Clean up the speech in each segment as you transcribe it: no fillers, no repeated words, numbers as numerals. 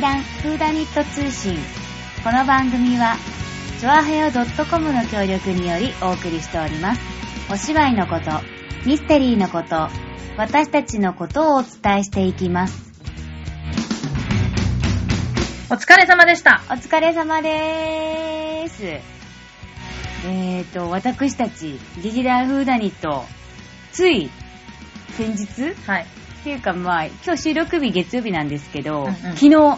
団フーダニット通信。この番組はチョアヘヨ .com の協力によりお送りしております。お芝居のこと、ミステリーのこと、私たちのことをお伝えしていきます。 お疲れ様でした。 お疲れ様でーす。私たち劇団フーダニット、つい先日、 はい。 っていうか今日収録日月曜日なんですけど、昨日、 はい。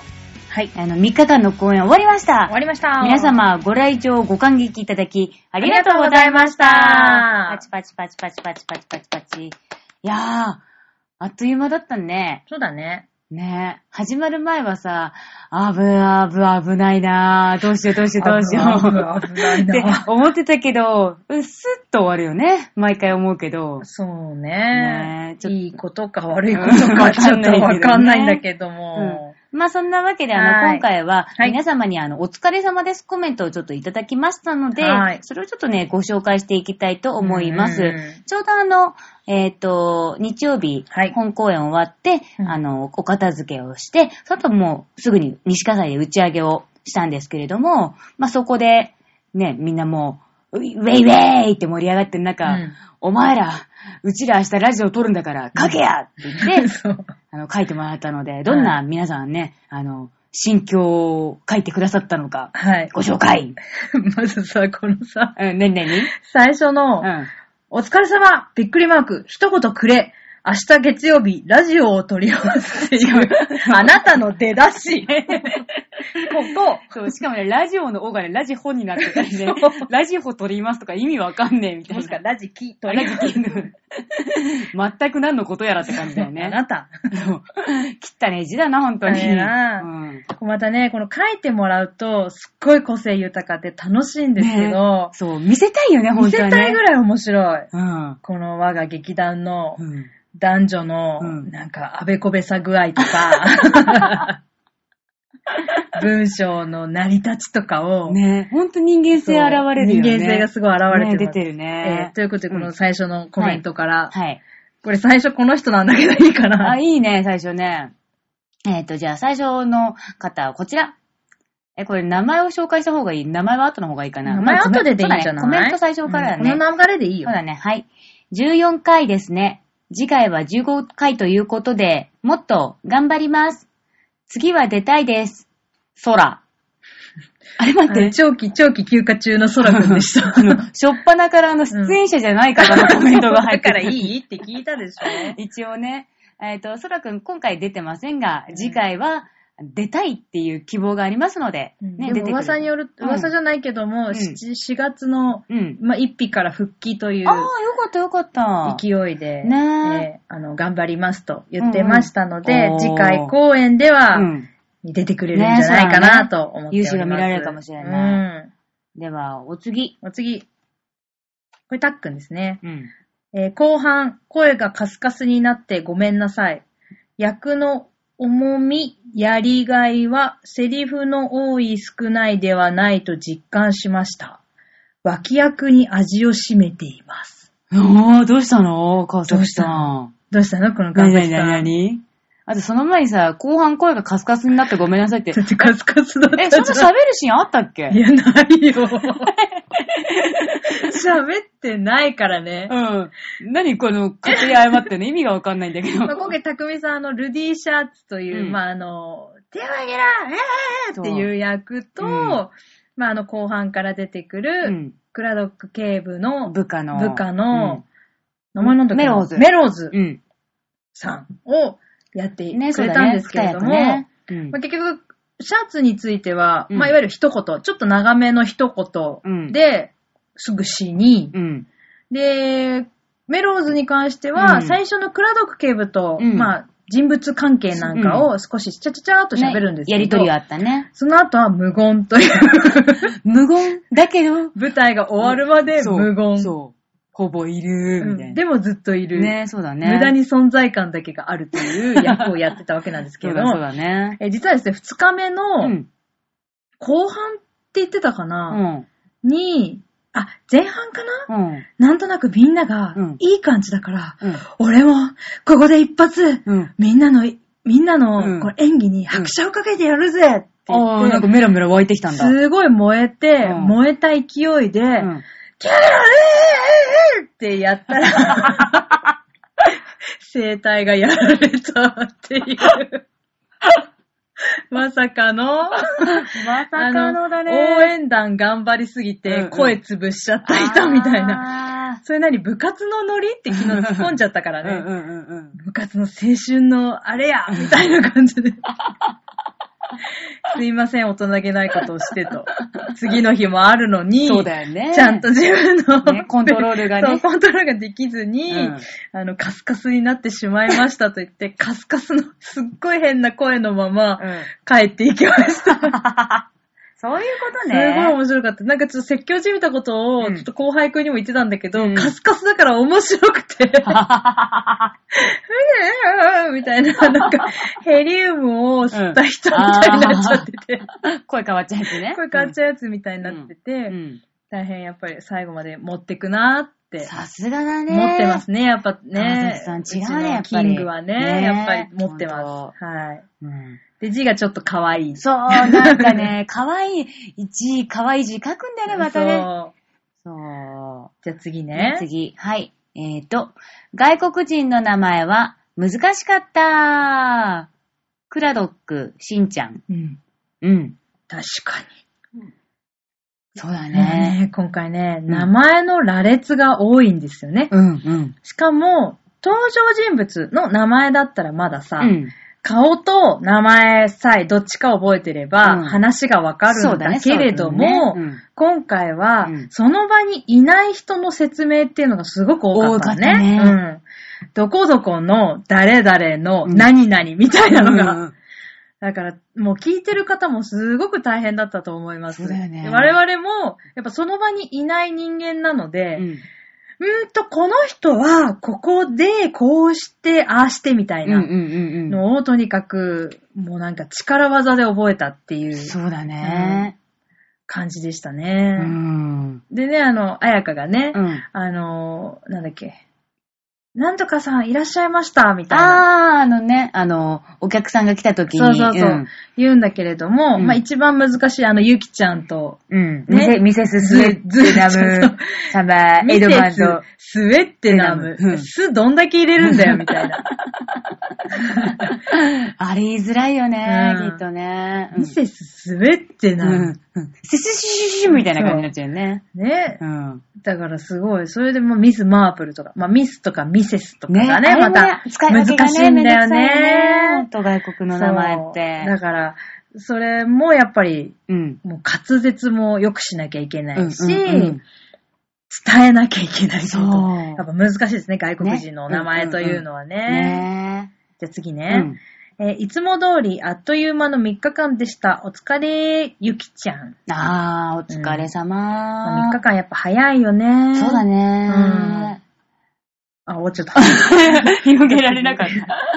3日間の公演終わりました。 終わりました。 皆様ご来場ご感激いただきありがとうございました。パチパチパチパチパチパチパチパチ。いやー、あっという間だったね。 そうだね。 ねえ、始まる前はさ、危ないなぁ、どうしよう。危ないなって思ってたけど、スッと終わるよね。毎回思うけど。 そうね。いいことか悪いことかちょっとわかんないんだけども。 まあそんなわけで今回は皆様にお疲れ様ですコメントをちょっといただきましたので、それをちょっとねご紹介していきたいと思います。ちょうど日曜日、本公演終わって、お片付けをして、その後もうすぐに西葛西で打ち上げをしたんですけれども、まあそこでね、みんなもう、ウェイウェイって盛り上がってる中、お前ら、うちら明日ラジオ撮るんだから、書けやって言って、書いてもらったので、どんな皆さんね、心境を書いてくださったのか、ご紹介。 まずさ、このさ、 何最初の、お疲れ様びっくりマーク、一言くれ。明日月曜日、ラジオを撮りますっていう、あなたの出だし。 そう、しかもね、ラジオの「お」がね、ラジホになってたりね、ラジホ撮りますとか意味わかんねえみたいな。 もしかラジキ撮ります。 全く何のことやらって感じだよね。 あなた。 切ったね字だな、本当に。 またね、この書いてもらうと、すっごい個性豊かで楽しいんですけど、 そう、見せたいよね、本当に。 見せたいぐらい面白い。この我が劇団の男女の、なんか、あべこべさ具合とか、文章の成り立ちとかを。 ね、ほんと人間性現れるよね。 人間性がすごい現れてる。 出てるね。 ということで、この最初のコメントから。これ最初この人なんだけどいいかな。 いいね、最初ね。じゃあ最初の方はこちら。これ名前を紹介した方がいい？名前は後の方がいいかな？ 名前後ででいいんじゃない？ コメント最初からだね。 この流れでいいよ。 そうだね、はい。14回ですね。次回は15回ということで、もっと頑張ります。次は出たいです。空。あれ待って。 長期休暇中の空くんでした。 しょっぱなから出演者じゃない方のコメントが入ってだからいいって聞いたでしょ。 一応ね。空くん今回出てませんが、次回は出たいっていう希望がありますので。 ね、でも噂による、噂じゃないけども、4月の、1日から復帰という。 ああ、よかった。 勢いで、頑張りますと言ってましたので、次回公演では、出てくれるんじゃないかなと思っております。 勇姿が見られるかもしれない。では、お次。 これたっくんですね。後半、声がカスカスになってごめんなさい。役の重み、やりがいは、セリフの多い少ないではないと実感しました。脇役に味を占めています。 どうしたの川崎さん。 どうしたのこの川崎さん。 何あとその前にさ、後半声がカスカスになってごめんなさいって。 だってカスカスだったじゃん。 そんな喋るシーンあったっけ？ いや、ないよ。喋ってないからね。 何この、勝手に謝ってね、意味がわかんないんだけど。 今回、たくみさん、ルディ・シャーツという、手を挙げろっていう役と、後半から出てくる、クラドック警部の部下の、 名前なんだっけ？メローズさんをやってくれたんですけれども、結局、シャツについては、いわゆる一言、ちょっと長めの一言で、すぐ死に、で、メローズに関しては、最初のクラドック警部と、人物関係なんかを少しちゃーっと喋るんですけど、 やりとりがあったね。 その後は無言という。 無言だけど、 舞台が終わるまで無言。 そう。ほぼいる、みたいな。 でもずっといる。 ね、そうだね。 無駄に存在感だけがあるという役をやってたわけなんですけれども。 そうだね。 実はですね、2日目の後半って言ってたかな、に、前半かな、なんとなくみんながいい感じだから、俺もここで一発、みんなのみんなのこれ演技に拍車をかけてやるぜって言って、 なんかメラメラ湧いてきたんだ。 すごい燃えて、燃えた勢いで、キャラレーってやったら、声帯がやられたっていう。まさかのだね。 応援団頑張りすぎて声潰しちゃった人みたいな。それ何部活のノリって昨日突っ込んじゃったからね。部活の青春のあれやみたいな感じで。すいません、大人げないことをしてと。次の日もあるのに、 そうだよね。 ちゃんと自分の、 ね、コントロールがね。 そう、コントロールができずに、カスカスになってしまいましたと言って、カスカスのすっごい変な声のまま、帰っていきました。 そういうことね。 すごい面白かった。なんかちょっと説教じみたことを、ちょっと後輩くんにも言ってたんだけど、カスカスだから面白くて、みたいな、なんか、ヘリウムを吸った人みたいになっちゃってて。 声変わっちゃうやつね。 声変わっちゃうやつみたいになってて、大変やっぱり最後まで持ってくなーって。 さすがだね。 持ってますね、やっぱね。 さん違うね、やっぱり。 キングはね、やっぱり持ってます。はい。で、字がちょっと可愛い。 そう、なんかね、可愛い字書くんだよね、またね。そう。 じゃあ次ね。 次。はい。外国人の名前は難しかった。クラドック、しんちゃん。 確かに。 そうだね。 今回ね、名前の羅列が多いんですよね。しかも、登場人物の名前だったらまださ、顔と名前さえどっちか覚えてれば話がわかるんだけれども、今回はその場にいない人の説明っていうのがすごく多かったね。どこどこの誰々の何々みたいなのが。だからもう聞いてる方もすごく大変だったと思います。 そうだよね。 我々もやっぱその場にいない人間なので、この人は、ここで、こうして、ああしてみたいなのを、とにかく、もうなんか力技で覚えたっていう。 そうだね。 感じでしたね。でね、彩香がね、なんだっけ。なんとかさんいらっしゃいましたみたいな。 お客さんが来た時に。 そう。言うんだけれども、一番難しいゆきちゃんと、 ミセススウェッテナム様、エドマンド。 スウェッテナム。スどんだけ入れるんだよ、みたいな。 あれ言いづらいよね、きっとね。 ミセススウェッテナム。 シシシシシみたいな感じになっちゃうよね。 ね。だからすごい、それでもミス・マープルとか、ミスとかミセスとかがね、また難しいんだよね。 外国の名前って。 だから、それもやっぱり、もう滑舌も良くしなきゃいけないし、伝えなきゃいけないと。やっぱ難しいですね、外国人の名前というのはね。じゃあ次ね。いつも通りあっという間の3日間でした。お疲れ、ゆきちゃん。 お疲れ様。 3日間やっぱ早いよね。 そうだね。 終わっちゃった。 広げられなかった。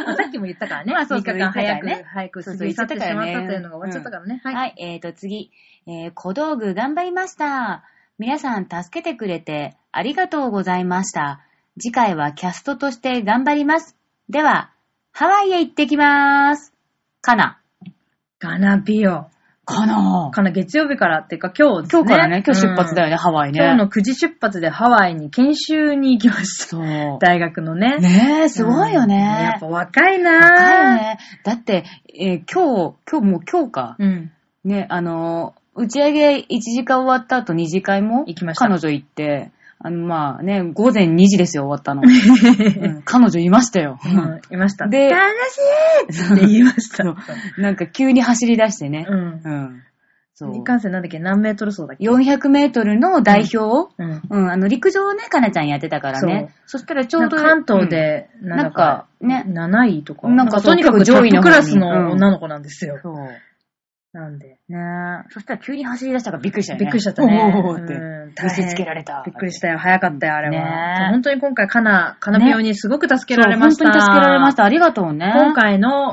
さっきも言ったからね。3日間早く過ぎ去ってしまったというのが終わっちゃったからね。 はい。次。小道具頑張りました。皆さん助けてくれてありがとうございました。次回はキャストとして頑張ります。では、ハワイへ行ってきまーす。かなピヨ。かな月曜日からっていうか今日ですね。 今日からね、今日出発だよね、ハワイね。 今日の9時出発でハワイに研修に行きました。そう。大学のね。 ねえ、すごいよね。 やっぱ若いなぁ。 若いよね。だって、今日か。ね、打ち上げ1時間終わった後2次会も行きました。 彼女行って、午前2時ですよ、終わったの。彼女いましたよ。 いました。 で、 楽しいって言いました。 なんか急に走り出してね。 そう。日韓戦なんだっけ何メートル走だっけ ?400 メートルの代表を、陸上をね、かなちゃんやってたからね。そしたらちょうど。 関東で、なんか、ね、7位とか。 なんかとにかく上位のクラスの女の子なんですよ。そう。なんで。 ねそしたら急に走り出したからびっくりしたよね。 びっくりしちゃったね。 見せつけられた。 びっくりしたよ。早かったよ、あれは。本当に今回、かなぴよにすごく助けられました。 本当に助けられました。ありがとうね。 今回の、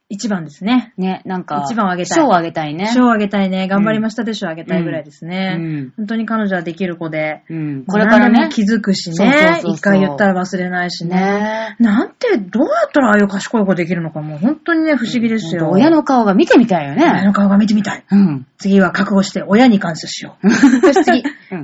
一番ですね。 ね、なんか、 一番をあげたい。 賞をあげたいね。 賞をあげたいね。頑張りましたで賞をあげたいぐらいですね。本当に彼女はできる子で。 これからね。 気づくしね。一回言ったら忘れないしね。なんて、どうやったらああいう賢い子できるのかもう本当にね、不思議ですよ。 親の顔が見てみたいよね。 親の顔が見てみたい。次は覚悟して親に感謝しよう。そして次。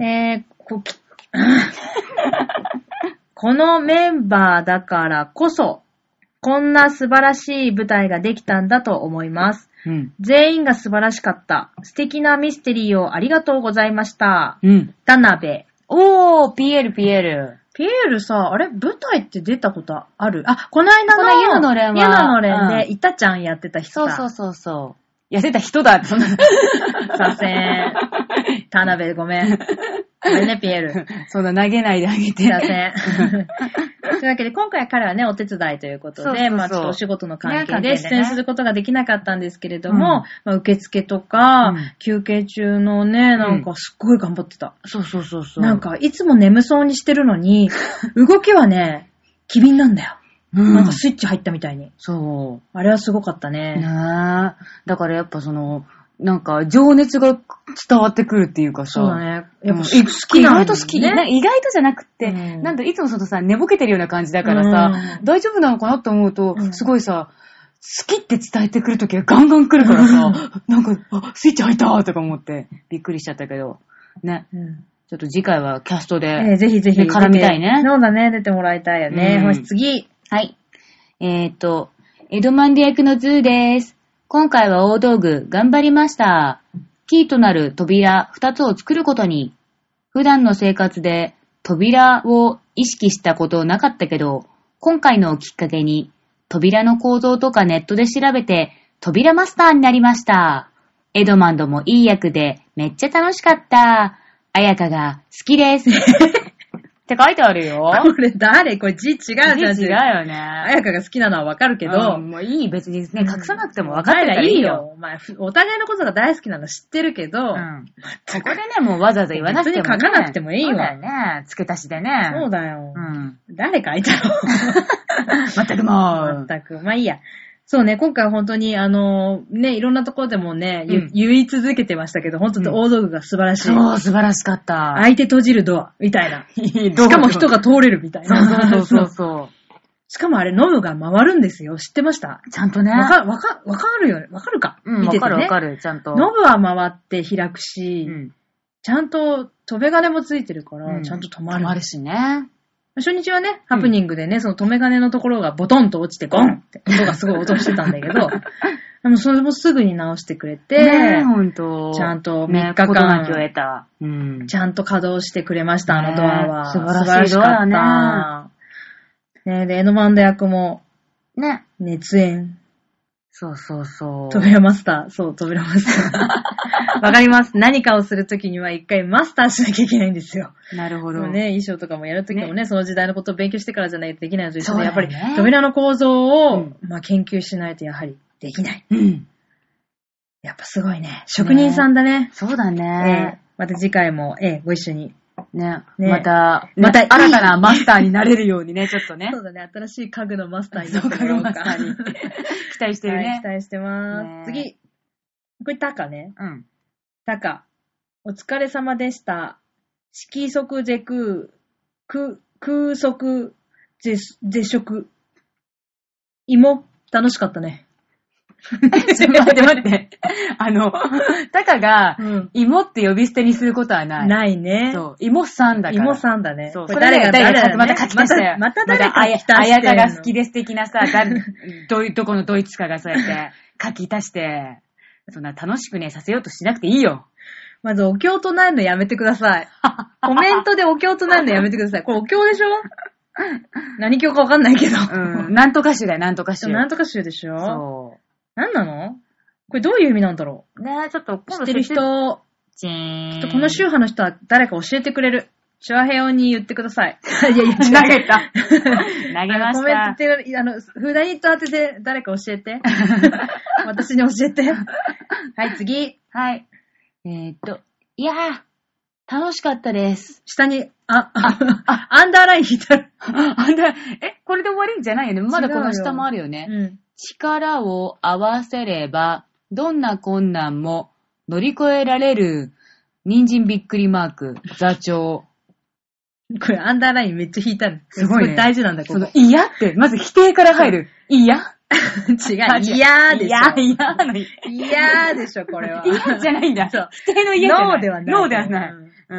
このメンバーだからこそ、こんな素晴らしい舞台ができたんだと思います。全員が素晴らしかった。素敵なミステリーをありがとうございました。田辺。 ピエール。ピエールさ、あれ舞台って出たことある？この間のユナのれんで、いたちゃんやってた人だ。 そう。やってた人だって、そんな。 させん。田辺ごめん。ごめんね、ピエール。 そんな投げないであげて。 すいません。というわけで、今回彼はね、お手伝いということで、まあちょっとお仕事の関係で出演することができなかったんですけれども、まあ受付とか、休憩中のね、なんかすっごい頑張ってた。 そう。 なんか、いつも眠そうにしてるのに、動きはね、機敏なんだよ。なんかスイッチ入ったみたいに。 そう。 あれはすごかったね。 だからやっぱなんか、情熱が伝わってくるっていうかさ。 そうだね。やっぱ好きなんだ、ね。 意外と好き。意外とじゃなくて、なんだ、いつもさ、寝ぼけてるような感じだからさ、大丈夫なのかなと思うと、すごいさ、好きって伝えてくるときはガンガン来るからさ、なんか、スイッチ入ったとか思って、びっくりしちゃったけど、ね。ちょっと次回はキャストで、 ぜひぜひ、 絡みたいね。 そうだね、出てもらいたいよね。もし次。 はい。エドマンド役のズーです。今回は大道具頑張りました。キーとなる扉2つを作ることに。普段の生活で扉を意識したことなかったけど、今回のをきっかけに扉の構造とかネットで調べて扉マスターになりました。エドマンドもいい役でめっちゃ楽しかった。彩香が好きです。って書いてあるよ。 これ誰？これ字違うじゃん。 字違うよね。 彩香が好きなのはわかるけど。 もういい、別にね、隠さなくてもわかってたらいいよ。 お互いのことが大好きなの知ってるけど。ここでね、もうわざわざ言わなくてもね。 別に書かなくてもいいわ。 そうだよね。付け足しでね。 そうだよ。誰書いたの？ 全くもう。全く。まあいいや。そうね、今回は本当に、ね、いろんなところでもね、言い続けてましたけど、本当に大道具が素晴らしい。 そう、素晴らしかった。 相手閉じるドア、みたいな。しかも人が通れるみたいな。そう。 しかもあれ、ノブが回るんですよ。知ってました？ ちゃんとね。 わかるよね。わかるか。見ててね。 わかる、ちゃんと。 ノブは回って開くし、ちゃんと、止め金もついてるから、ちゃんと止まる。 止まるしね。 初日はね、ハプニングでね、その止め金のところがボトンと落ちてゴンって音がすごい音してたんだけど、でもそれもすぐに直してくれて、 ほんと。 ちゃんと3日間、ちゃんと稼働してくれました、あのドアは。 素晴らしいドアだね。で、エドマンド役も、 ね。 熱演。 そう。 扉マスター。そう、扉マスター。わかります。何かをするときには一回マスターしなきゃいけないんですよ。 なるほど。 ね、衣装とかもやるときもね、その時代のことを勉強してからじゃないとできないのと一緒で、やっぱり扉の構造を、研究しないとやはりできない。やっぱすごいね。職人さんだね。 そうだね。 また次回も、ご一緒に。 ね。また新たなマスターになれるようにね、ちょっとね。 そうだね。新しい家具のマスターになってもらおうか。 家具マスターに。期待してるね。 期待してます。次。これタカね。タカ。お疲れ様でした。色即是空。空即是食。芋、楽しかったね。 待って。タカが、芋って呼び捨てにすることはない。 ないね。 そう。芋さんだから。 芋さんだね。 そう。誰がまた書き足したよ。 また誰が書き足したよ。 あやかが好きです的なさ、どこのドイツかがそうやって書き足して、そんな楽しくね、させようとしなくていいよ。 まずお経唱えるのやめてください。コメントでお経唱えるのやめてください。これお経でしょ？何経かわかんないけど。 なんとか集だよ、なんとか集。 なんとか集でしょ？ そう。 何なの？これどういう意味なんだろう？ ねえ、ちょっと知ってる人、この宗派の人は誰か教えてくれる。チュアヘオに言ってください。 いや、投げた。投げました。 コメントって、フダニット当てて誰か教えて。私に教えて。はい、次。 はい。いやー、楽しかったです。 下に、アンダーライン引いてある。 これで終わりんじゃないよね。まだこの下もあるよね。 力を合わせれば、どんな困難も乗り越えられる、人参びっくりマーク、座長。 これアンダーラインめっちゃ引いたの。すごいね。大事なんだ、ここ。嫌って、まず否定から入る。嫌違う。嫌でしょ。嫌でしょ、これは。 嫌じゃないんだ。 そう。 否定の嫌じゃない。 ノーではない。 ノーではない。 うん。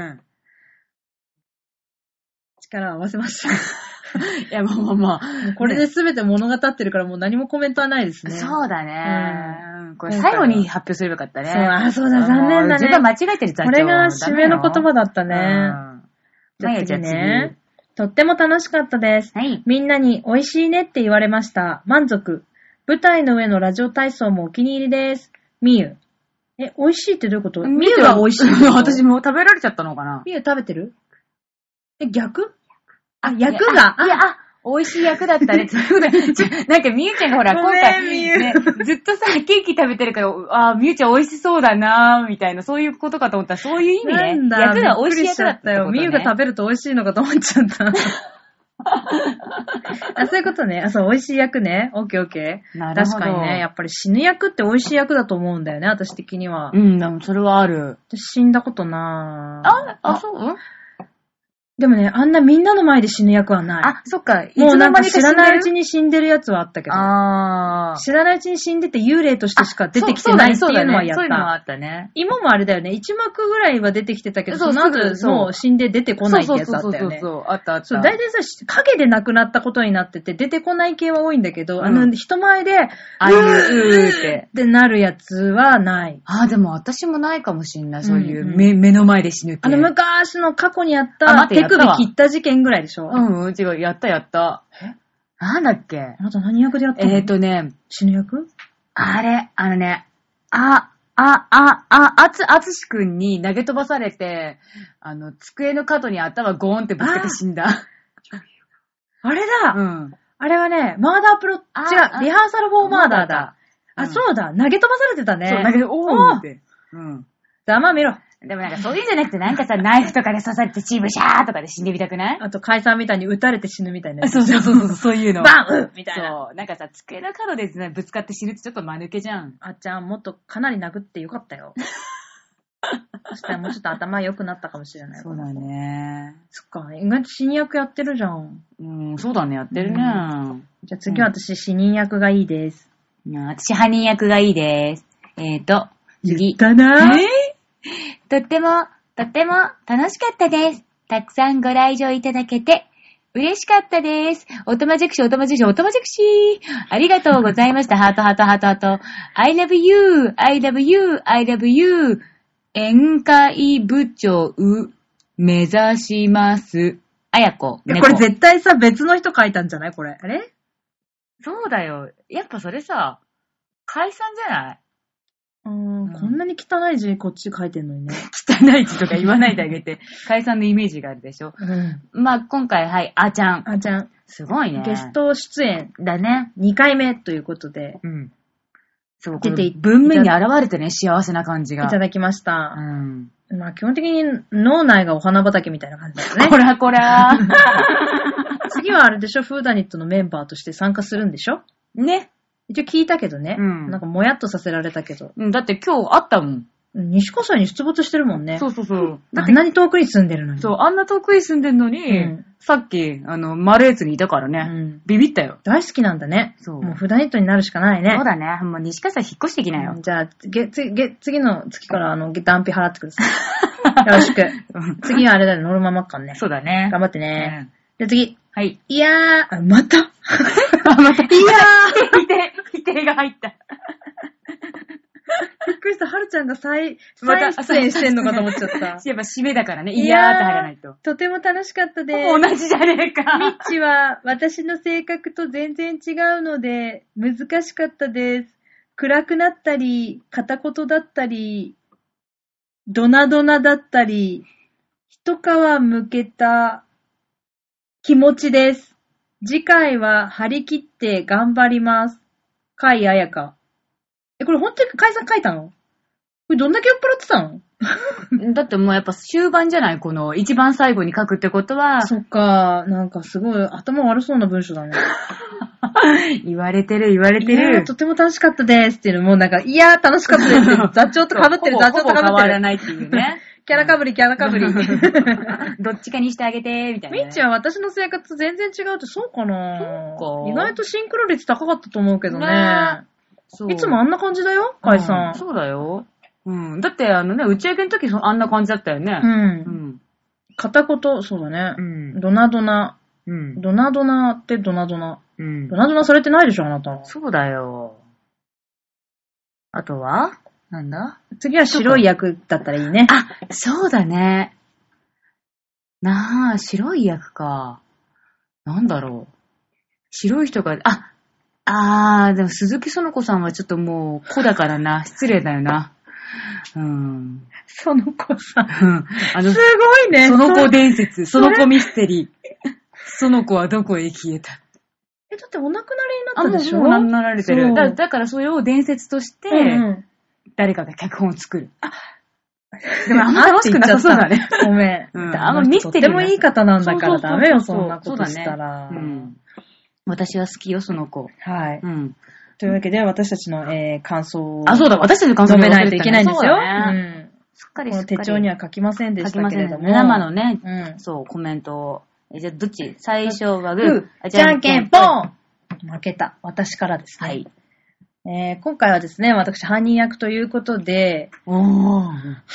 力を合わせました。 いや、まあ。 これで全て物語ってるからもう何もコメントはないですね。 そうだね。これ最後に発表すればよかったね。 そうだ、残念だね。 自分は間違えてる座長。 これが締めの言葉だったね。じゃあ次ね。とっても楽しかったです。はい。みんなに美味しいねって言われました。満足。舞台の上のラジオ体操もお気に入りです。みゆ。美味しいってどういうこと？みゆが美味しい。 私も食べられちゃったのかな？ みゆ食べてる？逆？役が美味しい役だったね。なんかみゆちゃんがほら、今回、ね、ずっとさ、ケーキ食べてるから、みゆちゃん美味しそうだなみたいな、そういうことかと思ったら、そういう意味ね。役が美味しい役だったよ。 みゆが食べると美味しいのかと思っちゃった。そういうことね。そう、美味しい役ね。オッケーオッケー。なるほど。確かにね、やっぱり死ぬ役って美味しい役だと思うんだよね、私的には。 でもそれはある。 私死んだことなそうでもね、あんなみんなの前で死ぬ役はない。 そっか。 もうなんか知らないうちに死んでるやつはあったけど。知らないうちに死んでて幽霊としてしか出てきてないっていうのはやった。 そういうのはあったね。 今もあれだよね。1幕ぐらいは出てきてたけど、その後もう死んで出てこないってやつあったよね。 そう、あった。 そう、大体さ、影で亡くなったことになってて、出てこない系は多いんだけど、人前で、ってなるやつはない。 でも私もないかもしんない。そういう目の前で死ぬ系。 昔の過去にあった、手首切った事件ぐらいでしょ？ 違う、やった。なんだっけ？ あなた何役でやったの？死ぬ役？ あつしくんに投げ飛ばされて、机の角に頭ゴーンってぶつけて死んだ。 あれだ！あれはね、マーダープロ、違う、リハーサルフォーマーダーだ。そうだ、投げ飛ばされてたね。 そう、おーって。 ざまあ見ろ。 でもなんかそういうんじゃなくてなんかさ、ナイフとかで刺されてチーブシャーとかで死んでみたくない？ あと、解散みたいに撃たれて死ぬみたいな。 そういうの。 バンみたいな。 そう。なんかさ、机の角でぶつかって死ぬってちょっと間抜けじゃん。 あっちゃん、もっとかなり殴ってよかったよ。そしたらもうちょっと頭良くなったかもしれない。 そうだね。 そっか、意外と死人役やってるじゃん。 そうだね、やってるね。 じゃあ次は私、死人役がいいです。 私、犯人役がいいです。次。 言ったなぁ。 とっても楽しかったです。たくさんご来場いただけて嬉しかったです。おたまじゃくし。ありがとうございました。ハート。I love you. 宴会部長目指します。あやこ。 これ絶対さ、別の人書いたんじゃないこれ。あれ？ そうだよ。やっぱそれさ、解散じゃない？ こんなに汚い字こっち書いてんのにね。 汚い字とか言わないであげて、解散のイメージがあるでしょ。まあ、今回、はい、あーちゃん。すごいね。 ゲスト出演だね。2回目ということで。 そう、出て文面に現れてね、幸せな感じが。 いただきました。まあ、基本的に脳内がお花畑みたいな感じですね。 こら。 次はあれでしょ、フーダニットのメンバーとして参加するんでしょ？ ね。 一応聞いたけどね。なんかもやっとさせられたけど。 だって今日会ったもん。 西小山に出没してるもんね。 そう。 だってあんなに遠くに住んでるのに。 そう、あんな遠くに住んでるのに、さっき、マレーツにいたからね。ビビったよ。 大好きなんだね。そう。もうフーダニットになるしかないね。 そうだね。もう西川さん引っ越してきなよ。 じゃあ、次の月から断費払ってください。よろしく。次はあれだね、ノルママッカンね。 そうだね。 頑張ってね。じゃあ次。 はい。 いやー、また否定が入った。 びっくりした。はるちゃんが再出演してんのかと思っちゃった。 やっぱ締めだからね。いやーって入らないと。 とても楽しかったです。 同じじゃねえか。 ミッチは私の性格と全然違うので難しかったです。暗くなったり、片言だったり、ドナドナだったり、一皮むけた気持ちです。次回は張り切って頑張ります。甲斐彩香。これ本当に解散書いたの？これどんだけ酔っ払ってたの？ だってもうやっぱ終盤じゃない？この一番最後に書くってことは。 そっか、なんかすごい頭悪そうな文章だね。 言われてる。いや、とても楽しかったですっていうのもなんか、いや、楽しかったですって。座長と被ってる。 ほぼ変わらないっていうね。 キャラかぶり。 どっちかにしてあげて、みたいな、ね。 みっちゃん私の生活全然違うってそうかな？意外とシンクロ率高かったと思うけどね。いつもあんな感じだよ、カイさん。 そうだよ。だって打ち上げの時あんな感じだったよね。 片言、そうだね。ドナドナ。ドナドナってドナドナ。ドナドナされてないでしょ、あなた。 そうだよ。あとはなんだ？ 次は白い役だったらいいね。 あ、そうだね。白い役か。なんだろう。白い人が、でも鈴木園子さんはちょっともう子だからな。失礼だよな。 園子さん。 すごいね。 園子伝説、園子ミステリー。園子はどこへ消えた？ だってお亡くなりになったでしょ？ もう亡くなられてる。だからそれを伝説として、誰かが脚本を作る。でもあんま楽しくなさそうだね。 ごめん。あんまミステリー。とてもいい方なんだからダメよ、そんなことしたら。 私は好きよ、その子。 はい。というわけで、私たちの感想を。 そうだ、私たちの感想を述べないといけないんですよ。 すっかりこの手帳には書きませんでしたけれども。 生のね、コメントを。じゃあ、どっち？最初はグー。じゃんけんぽん！負けた。私からですね。はい。今回はですね、私、犯人役ということで、ほんと疲れ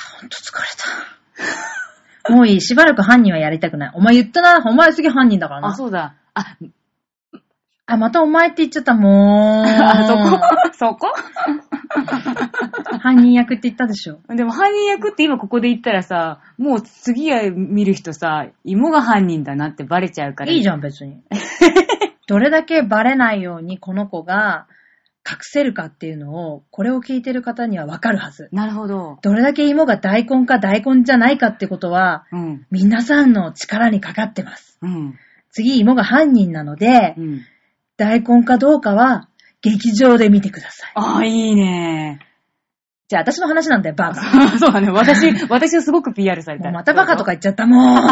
た。もういい。しばらく犯人はやりたくない。お前言ったな。お前次犯人だからな。 そうだ。 またお前って言っちゃった。もう。 そこ犯人役って言ったでしょ。 でも犯人役って今ここで言ったらさ、もう次見る人さ、芋が犯人だなってバレちゃうから。 いいじゃん、別に。どれだけバレないようにこの子が隠せるかっていうのを、これを聞いてる方にはわかるはず。 なるほど。 どれだけ芋が大根か大根じゃないかってことは、皆さんの力にかかってます。次、芋が犯人なので、大根かどうかは劇場で見てください。 いいね。 じゃあ、私の話なんだよ、バカ。 そうだね。私はすごく PR された。 またバカとか言っちゃった、もう。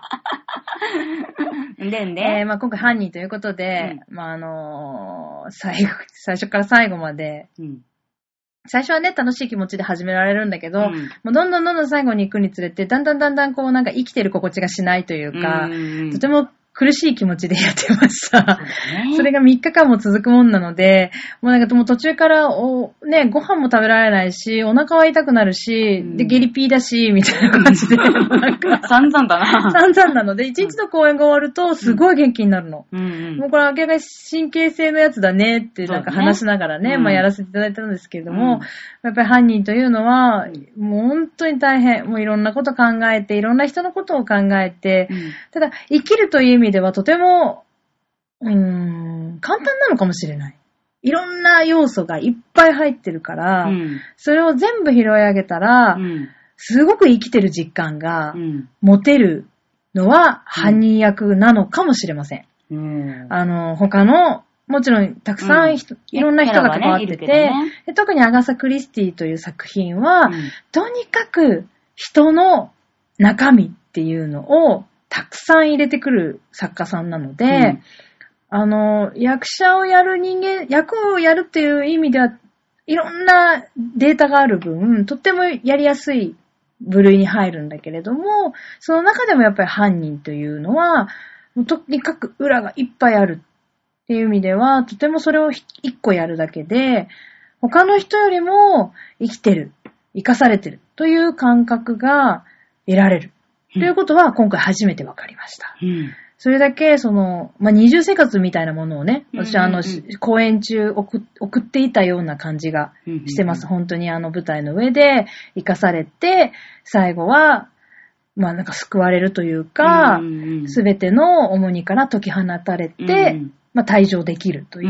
今回犯人ということで、最初から最後まで、最初はね、楽しい気持ちで始められるんだけど、もうどんどん最後に行くにつれて、だんだんこうなんか生きてる心地がしないというか、とても苦しい気持ちでやってました。それが3日間も続くもんなので、もうなんかもう途中からご飯も食べられないし、お腹は痛くなるし、で、下痢ピーだし、みたいな感じで、なんか散々だな。 散々なので、1日の公演が終わると、すごい元気になるの。もうこれ明らかに神経性のやつだねってなんか話しながらね、やらせていただいたんですけれども、やっぱり犯人というのは、もう本当に大変。もういろんなこと考えて、いろんな人のことを考えて、ただ、生きるという意味ではとても、簡単なのかもしれない。いろんな要素がいっぱい入ってるから、それを全部拾い上げたら、すごく生きてる実感が持てるのは犯人役なのかもしれません。他の、もちろんたくさんいろんな人が関わってて、特にアガサ・クリスティという作品は、とにかく人の中身っていうのをたくさん入れてくる作家さんなので、役者をやる役をやるっていう意味では、いろんなデータがある分、とってもやりやすい部類に入るんだけれども、その中でもやっぱり犯人というのは、とにかく裏がいっぱいあるっていう意味では、とてもそれを一個やるだけで、他の人よりも生きてる、生かされてるという感覚が得られる。ということは今回初めて分かりました。それだけ、二重生活みたいなものをね、私公演中送っていたような感じがしてます。本当に舞台の上で生かされて、最後は、なんか救われるというか、すべての重荷から解き放たれて、退場できるという、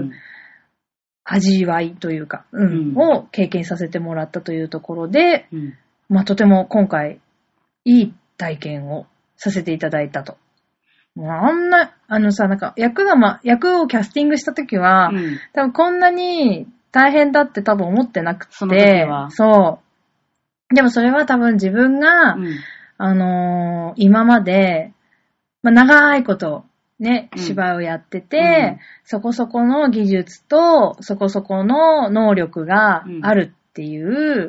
味わいというか、を経験させてもらったというところで、とても今回、いい体験をさせていただいたと。なんか役をキャスティングしたときは、多分こんなに大変だって多分思ってなくて、そう。 でもそれは多分自分が、今まで、長いことね、芝居をやってて、そこそこの技術と、そこそこの能力があるっていう、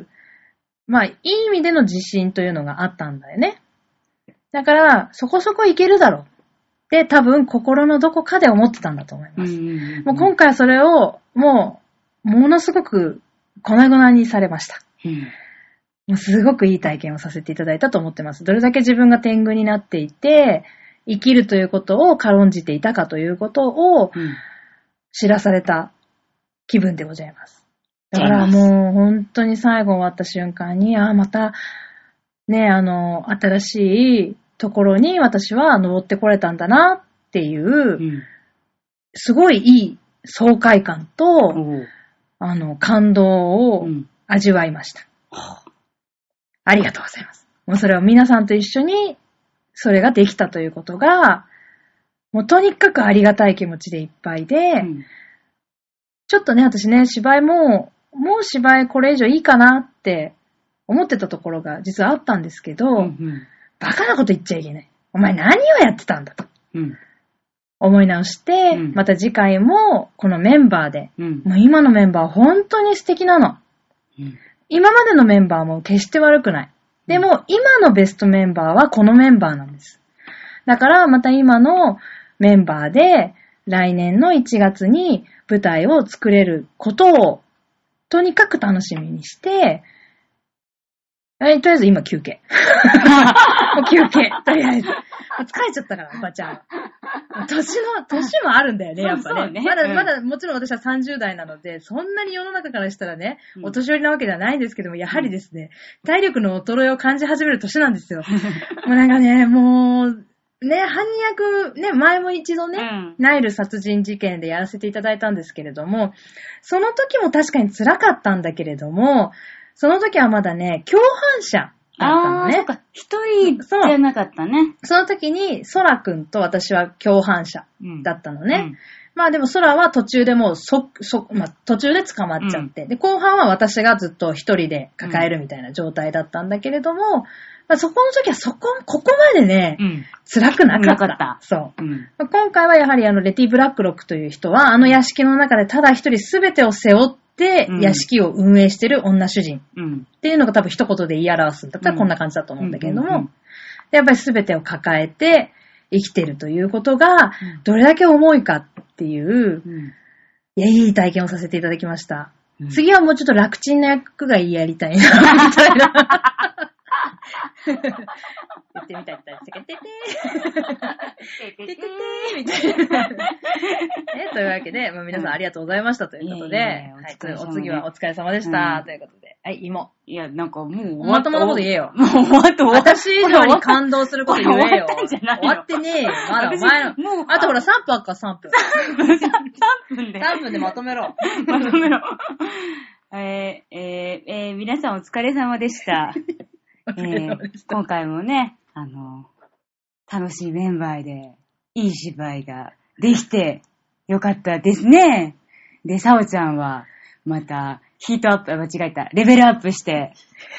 いい意味での自信というのがあったんだよね。だから、そこそこいけるだろうって多分心のどこかで思ってたんだと思います。もう今回それを、ものすごく粉々にされました。もうすごくいい体験をさせていただいたと思ってます。どれだけ自分が天狗になっていて、生きるということを軽んじていたかということを知らされた気分でございます。だからもう本当に最後終わった瞬間に、またね、新しいところに私は登ってこれたんだなっていう、すごいいい爽快感と、感動を味わいました。ありがとうございます。もうそれを皆さんと一緒にそれができたということが、もうとにかくありがたい気持ちでいっぱいで、ちょっとね、私ね、芝居もう芝居これ以上いいかなって思ってたところが実はあったんですけど、バカなこと言っちゃいけない。お前何をやってたんだと。思い直して、また次回もこのメンバーで、もう今のメンバー本当に素敵なの。今までのメンバーも決して悪くない。でも今のベストメンバーはこのメンバーなんです。だからまた今のメンバーで来年の1月に舞台を作れることをとにかく楽しみにして、とりあえず今休憩。もう休憩。とりあえず。疲れちゃったから、おばちゃん。年もあるんだよね、やっぱね。まだ、もちろん私は30代なので、そんなに世の中からしたらね、お年寄りなわけではないんですけども、やはりですね、体力の衰えを感じ始める年なんですよ。もうなんかね、もう、ね、犯人役、ね、前も一度ね、ナイル殺人事件でやらせていただいたんですけれども、その時も確かに辛かったんだけれども、その時はまだね、共犯者だったのね。 そうか、一人じゃなかったね。 その時に、ソラくんと私は共犯者だったのね。でもソラは途中でもう途中で捕まっちゃって、で、後半は私がずっと一人で抱えるみたいな状態だったんだけれども、そこの時はここまでね、辛くなかった。そう。今回はやはりレティ・ブラックロックという人は、屋敷の中でただ一人全てを背負って、屋敷を運営してる女主人っていうのが多分一言で言い表すんだったらこんな感じだと思うんだけれども、やっぱり全てを抱えて生きてるということがどれだけ重いかっていう、いい体験をさせていただきました。次はもうちょっと楽ちんな役がやりたいな、みたいな。言ってみたいって言ったら、てけててみたいな。というわけで、皆さんありがとうございましたということで、お次はお疲れ様でした、ということで。はい、芋。 いや、なんかもう終わった。 まともなこと言えよ。 もう終わった。 私以上に感動すること言えよ。 終わったんじゃないよ。 終わってねえよ。まだお前の。あとほら3分あっか、3分。3分でまとめろ。 まとめろ。皆さんお疲れ様でした。今回もね、楽しいメンバーで、いい芝居ができてよかったですね。で、さおちゃんは、また、ヒートアップ、レベルアップして、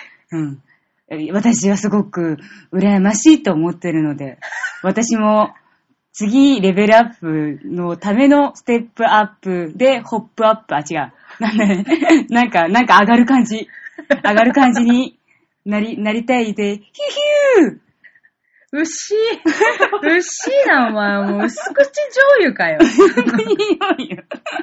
私はすごく羨ましいと思ってるので、私も、次、レベルアップのためのステップアップで、ホップアップ、違う。なんか上がる感じに、なりたいで、ヒューうっしーな、お前。もう、薄口醤油かよ。 薄口醤油。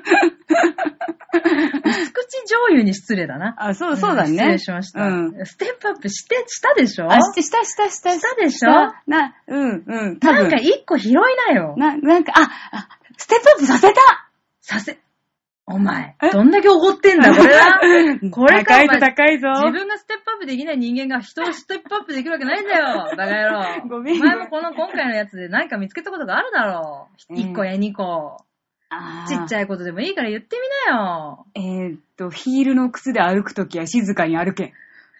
薄口醤油に失礼だな。 あ、そうだね。 失礼しました。ステップアップしたでしょ？ したでしょ？ 多分。なんか一個拾いなよ。 ステップアップさせたお前、どんだけおごってんだ、これは。これか、 高いぞ。 自分がステップアップできない人間が人をステップアップできるわけないんだよ、バカ野郎。 ごめん。 お前も今回のやつで何か見つけたことがあるだろう。1個や2個。ちっちゃいことでもいいから言ってみなよ。 ヒールの靴で歩くときは静かに歩け。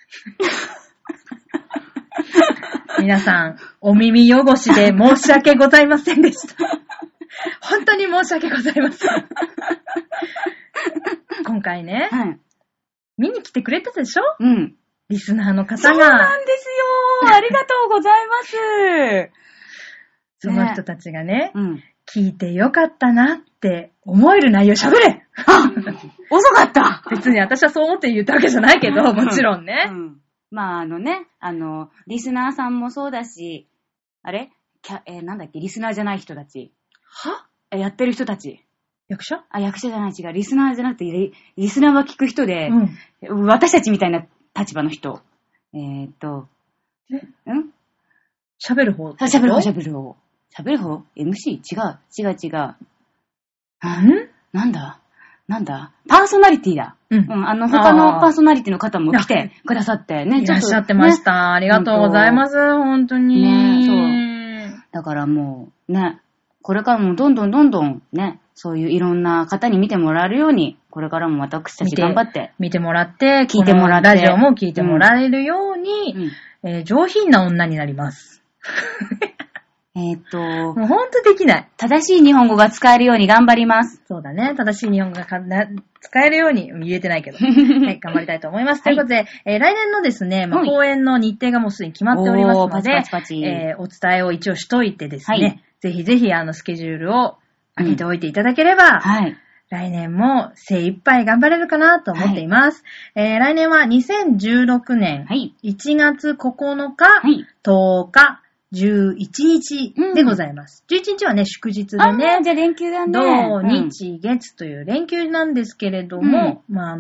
皆さん、お耳汚しで申し訳ございませんでした。本当に申し訳ございません。今回ね、見に来てくれたでしょ？ リスナーの方が。 そうなんですよ。ありがとうございます。 その人たちがね、聞いてよかったなって思える内容喋れ遅かった別に私はそう思って言ったわけじゃないけど、もちろんね。 まあリスナーさんもそうだし、あれなんだっけ、リスナーじゃない人たち。 は？ やってる人たち。 役者？ 役者じゃない、違う。リスナーじゃなくて、リスナーは聞く人で、私たちみたいな立場の人。 喋る方？ 喋る方。MC？ 違う。なんだパーソナリティだ。他のパーソナリティの方も来てくださってね。 いらっしゃってました。ありがとうございます。本当に。 ね、そう。だからもう、ね、これからもどんどんね、そういういろんな方に見てもらえるように、これからも私たち頑張って。 見てもらって、聞いてもらって。ラジオも聞いてもらえるように、上品な女になります。もうほんとできない。 正しい日本語が使えるように頑張ります。 そうだね。正しい日本語が使えるように言えてないけど。はい、頑張りたいと思います。ということで、来年のですね、公演の日程がもうすでに決まっておりますので、お伝えを一応しといてですね、ぜひぜひスケジュールを上げておいていただければ、来年も精一杯頑張れるかなと思っています。来年は2016年1月9日、10日、11日でございます。11日はね、祝日でね。 じゃあ連休だね。 土日月という連休なんですけれども、今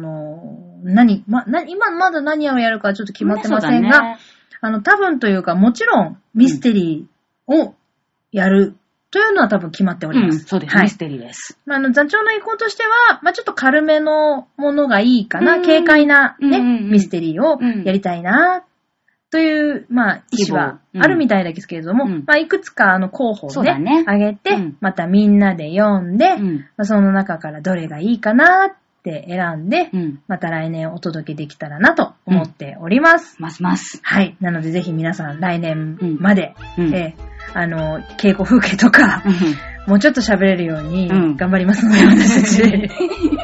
まだ何をやるかちょっと決まってませんが、多分というか、もちろんミステリーをやるというのは多分決まっております。 そうです。ミステリーです。 座長の意向としては、ちょっと軽めのものがいいかな、軽快なね、ミステリーをやりたいな、という、意思はあるみたいですけれども、いくつか候補をね、あげて、またみんなで読んで、その中からどれがいいかなって選んで、また来年お届けできたらなと思っております。はい。なのでぜひ皆さん来年まで、稽古風景とか、もうちょっと喋れるように頑張りますので、私たち。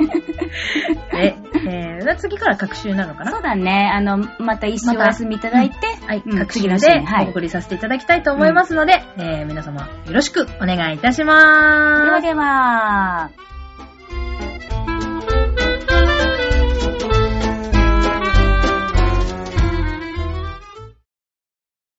次から各週なのかな？ そうだね。また一週お休みいただいて、 各週でお送りさせていただきたいと思いますので、皆様よろしくお願いいたします。 ではでは。